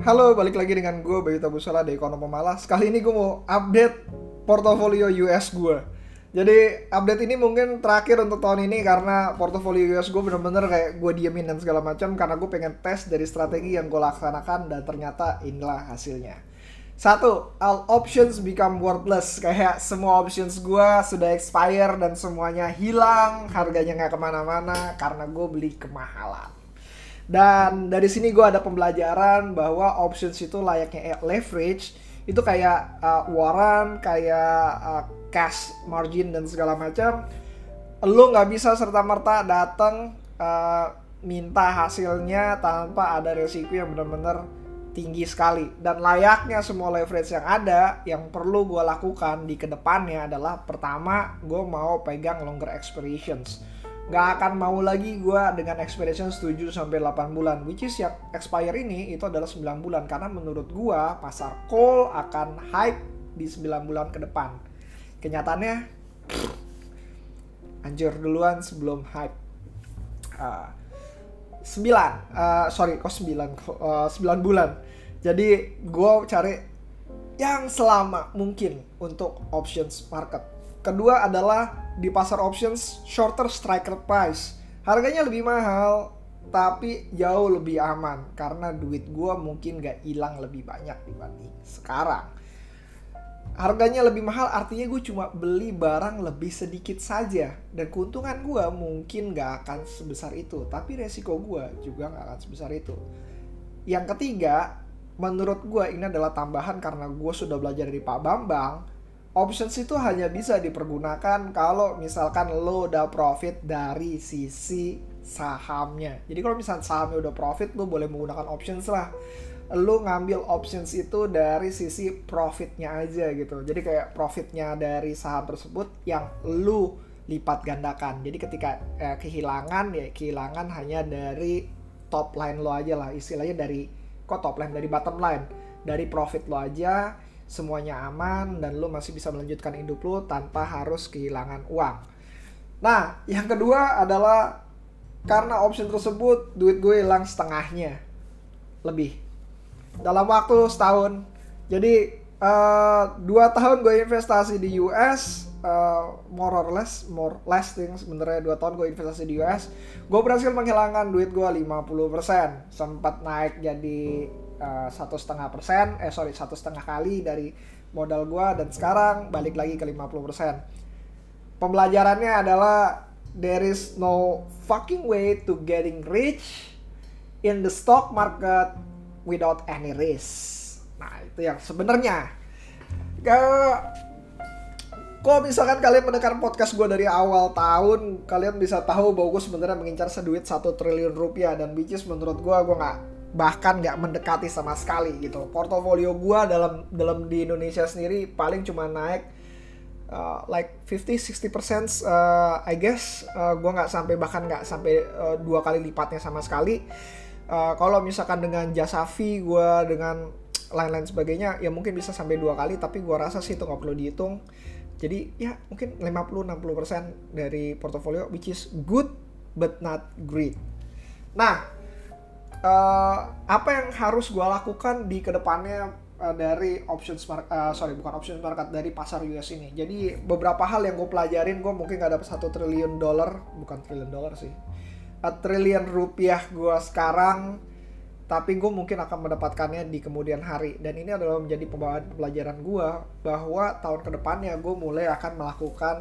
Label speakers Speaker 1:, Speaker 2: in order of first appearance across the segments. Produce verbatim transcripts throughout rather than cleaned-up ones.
Speaker 1: Halo, balik lagi dengan gue Bayu Tabusala dari Ekonom Pemalas. Kali ini gue mau update portofolio U S gue. Jadi update ini mungkin terakhir untuk tahun ini karena portofolio U S gue bener-bener kayak gue diemin dan segala macam karena gue pengen tes dari strategi yang gue laksanakan dan ternyata inilah hasilnya. Satu, all options become worthless. Kayak semua options gue sudah expire dan semuanya hilang, harganya nggak kemana-mana karena gue beli kemahalan. Dan dari sini gue ada pembelajaran bahwa options itu layaknya leverage, itu kayak uh, warrant, kayak uh, cash margin dan segala macam. Lo nggak bisa serta-merta datang uh, minta hasilnya tanpa ada resiko yang benar-benar tinggi sekali. Dan layaknya semua leverage yang ada, yang perlu gue lakukan di kedepannya adalah pertama, gue mau pegang longer expirations. Gak akan mau lagi gue dengan expiration tujuh sampai delapan bulan, which is yang expire ini itu adalah sembilan bulan, karena menurut gue pasar call akan hype di sembilan bulan ke depan. Kenyataannya anjir duluan sebelum hype. uh, sembilan uh, sorry kok sembilan uh, sembilan bulan. Jadi gue cari yang selama mungkin untuk options market. Kedua adalah di pasar options shorter striker price. Harganya lebih mahal tapi jauh lebih aman karena duit gue mungkin gak hilang lebih banyak dibanding sekarang. Harganya lebih mahal artinya gue cuma beli barang lebih sedikit saja dan keuntungan gue mungkin gak akan sebesar itu, tapi resiko gue juga gak akan sebesar itu. Yang ketiga, menurut gue ini adalah tambahan karena gue sudah belajar dari Pak Bambang. Options itu hanya bisa dipergunakan kalau misalkan lo udah profit dari sisi sahamnya. Jadi kalau misalkan sahamnya udah profit, lo boleh menggunakan options lah. Lo ngambil options itu dari sisi profitnya aja gitu. Jadi kayak profitnya dari saham tersebut yang lo lipat gandakan. Jadi ketika eh, kehilangan ya kehilangan hanya dari top line lo aja lah. Istilahnya dari, kok top line? Dari bottom line. Dari profit lo aja. Semuanya aman dan lo masih bisa melanjutkan hidup lo tanpa harus kehilangan uang. Nah, yang kedua adalah karena option tersebut duit gue hilang setengahnya lebih dalam waktu setahun. Jadi uh, dua tahun gue investasi di U S, uh, more or less, more less thing sebenarnya dua tahun gue investasi di U S, gue berhasil menghilangkan duit gue lima puluh persen. Sempat naik jadi satu setengah persen, eh sorry satu setengah kali dari modal gua dan sekarang balik lagi ke lima puluh persen. Pembelajarannya adalah there is no fucking way to getting rich in the stock market without any risk. Nah itu yang sebenarnya. Kalau misalkan kalian mendengar podcast gue dari awal tahun, kalian bisa tahu bahwa gue sebenarnya mengincar seduit satu triliun rupiah dan which is menurut gue gue nggak bahkan nggak mendekati sama sekali gitu. Portofolio gue dalam dalam di Indonesia sendiri paling cuma naik uh, like fifty to sixty percent uh, I guess. uh, gue nggak sampai bahkan nggak sampai uh, dua kali lipatnya sama sekali. Uh, kalau misalkan dengan jasa fee gue dengan lain-lain sebagainya ya mungkin bisa sampai dua kali, tapi gue rasa sih itu nggak perlu dihitung. Jadi ya mungkin lima puluh to enam puluh persen dari portofolio, which is good but not great. Nah, Uh, apa yang harus gue lakukan di kedepannya uh, dari options market, uh, sorry bukan options market, dari pasar U S ini. Jadi beberapa hal yang gue pelajarin, gue mungkin gak dapat satu triliun dolar, bukan triliun dolar sih, a triliun rupiah gue sekarang, tapi gue mungkin akan mendapatkannya di kemudian hari. Dan ini adalah menjadi pembelajaran gue bahwa tahun kedepannya gue mulai akan melakukan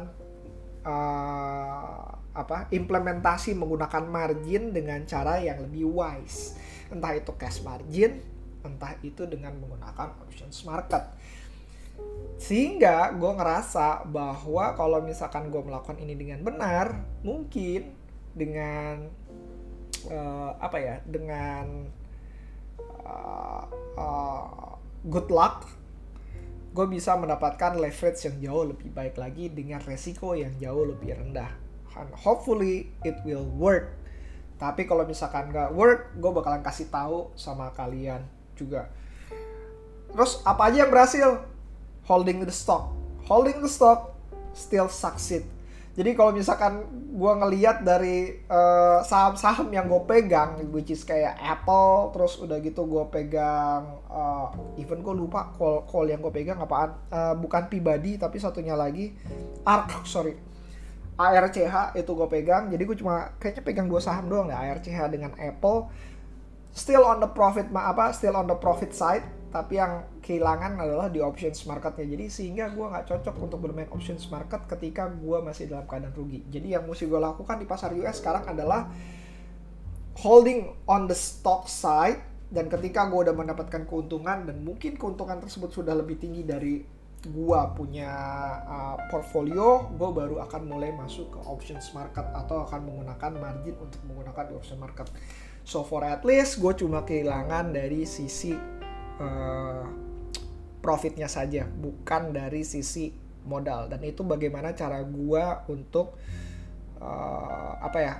Speaker 1: uh, apa implementasi menggunakan margin dengan cara yang lebih wise, entah itu cash margin, entah itu dengan menggunakan options market. Sehingga gue ngerasa bahwa kalau misalkan gue melakukan ini dengan benar, mungkin dengan uh, apa ya dengan uh, uh, good luck gue bisa mendapatkan leverage yang jauh lebih baik lagi dengan resiko yang jauh lebih rendah. And hopefully it will work. Tapi kalau misalkan gak work, gue bakalan kasih tahu sama kalian juga. Terus apa aja yang berhasil? Holding the stock. Holding the stock still succeed. Jadi kalau misalkan gue ngeliat dari uh, saham-saham yang gue pegang, which is kayak Apple, terus udah gitu gue pegang, uh, even gue lupa call call yang gue pegang apaan, uh, bukan Peabody tapi satunya lagi, Arc, sorry, A R C H itu gue pegang. Jadi gue cuma kayaknya pegang dua saham doang ya, A R C H dengan Apple. Still on the profit, ma apa, still on the profit side. Tapi yang kehilangan adalah di options marketnya. Jadi sehingga gue nggak cocok untuk bermain options market ketika gue masih dalam keadaan rugi. Jadi yang mesti gue lakukan di pasar U S sekarang adalah holding on the stock side. Dan ketika gue udah mendapatkan keuntungan, dan mungkin keuntungan tersebut sudah lebih tinggi dari gue punya uh, portfolio, gue baru akan mulai masuk ke options market atau akan menggunakan margin untuk menggunakan di options market. So for at least gue cuma kehilangan dari sisi Uh, profitnya saja, bukan dari sisi modal. Dan itu bagaimana cara gua untuk uh, apa ya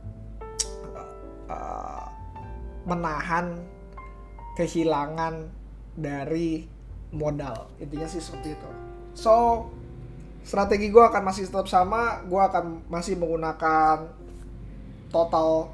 Speaker 1: uh, menahan kehilangan dari modal. Intinya sih seperti itu. So strategi gua akan masih tetap sama. Gua akan masih menggunakan total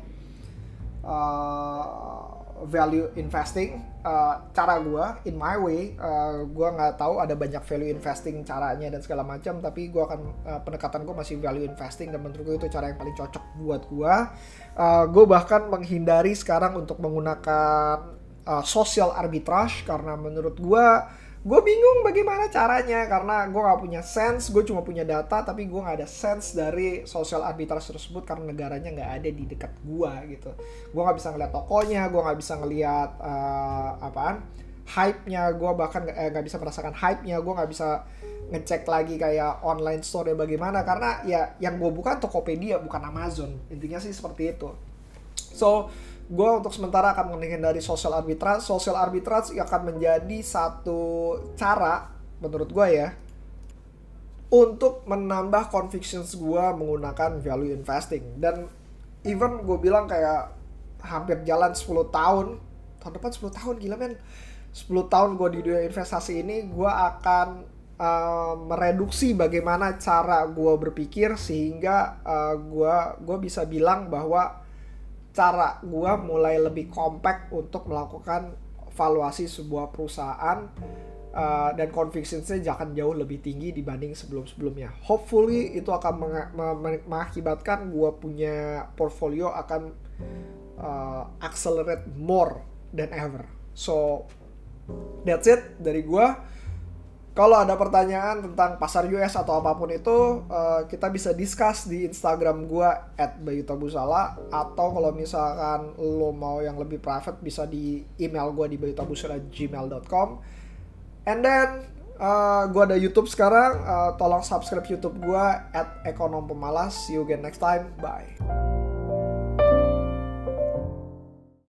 Speaker 1: uh, value investing. Uh, cara gue, in my way, uh, gue nggak tahu ada banyak value investing caranya dan segala macam, tapi gue akan uh, pendekatan gue masih value investing, dan menurut gue itu cara yang paling cocok buat gue. Uh, gue bahkan menghindari sekarang untuk menggunakan uh, social arbitrage, karena menurut gue gue bingung bagaimana caranya, karena gue nggak punya sense. Gue cuma punya data, tapi gue nggak ada sense dari social arbitrage tersebut karena negaranya nggak ada di dekat gue gitu. Gue nggak bisa ngeliat tokonya, gue nggak bisa ngeliat uh, apaan hype-nya, gue bahkan nggak eh, bisa merasakan hype-nya. Gue nggak bisa ngecek lagi kayak online store-nya bagaimana, karena ya yang gue buka Tokopedia, bukan Amazon. Intinya sih seperti itu. So gue untuk sementara akan menghindari social arbitrage. Social arbitrage akan menjadi satu cara, menurut gue ya, untuk menambah convictions gue menggunakan value investing. Dan even gue bilang kayak hampir jalan sepuluh tahun, tahun depan sepuluh tahun, gila men, sepuluh tahun gue di dunia investasi ini, gue akan uh, mereduksi bagaimana cara gue berpikir, sehingga uh, gue gue bisa bilang bahwa cara gue mulai lebih compact untuk melakukan valuasi sebuah perusahaan, uh, dan convictionsnya akan jauh lebih tinggi dibanding sebelum-sebelumnya. Hopefully itu akan meng- meng- mengakibatkan gue punya portfolio akan uh, accelerate more than ever. So that's it dari gue. Kalau ada pertanyaan tentang pasar U S atau apapun itu, uh, kita bisa discuss di Instagram gue at bayutabusala, atau kalau misalkan lo mau yang lebih private bisa di email gue di bayutabusala at gmail dot com. And then uh, gue ada YouTube sekarang, uh, tolong subscribe YouTube gue at ekonom pemalas. See you again next time, bye.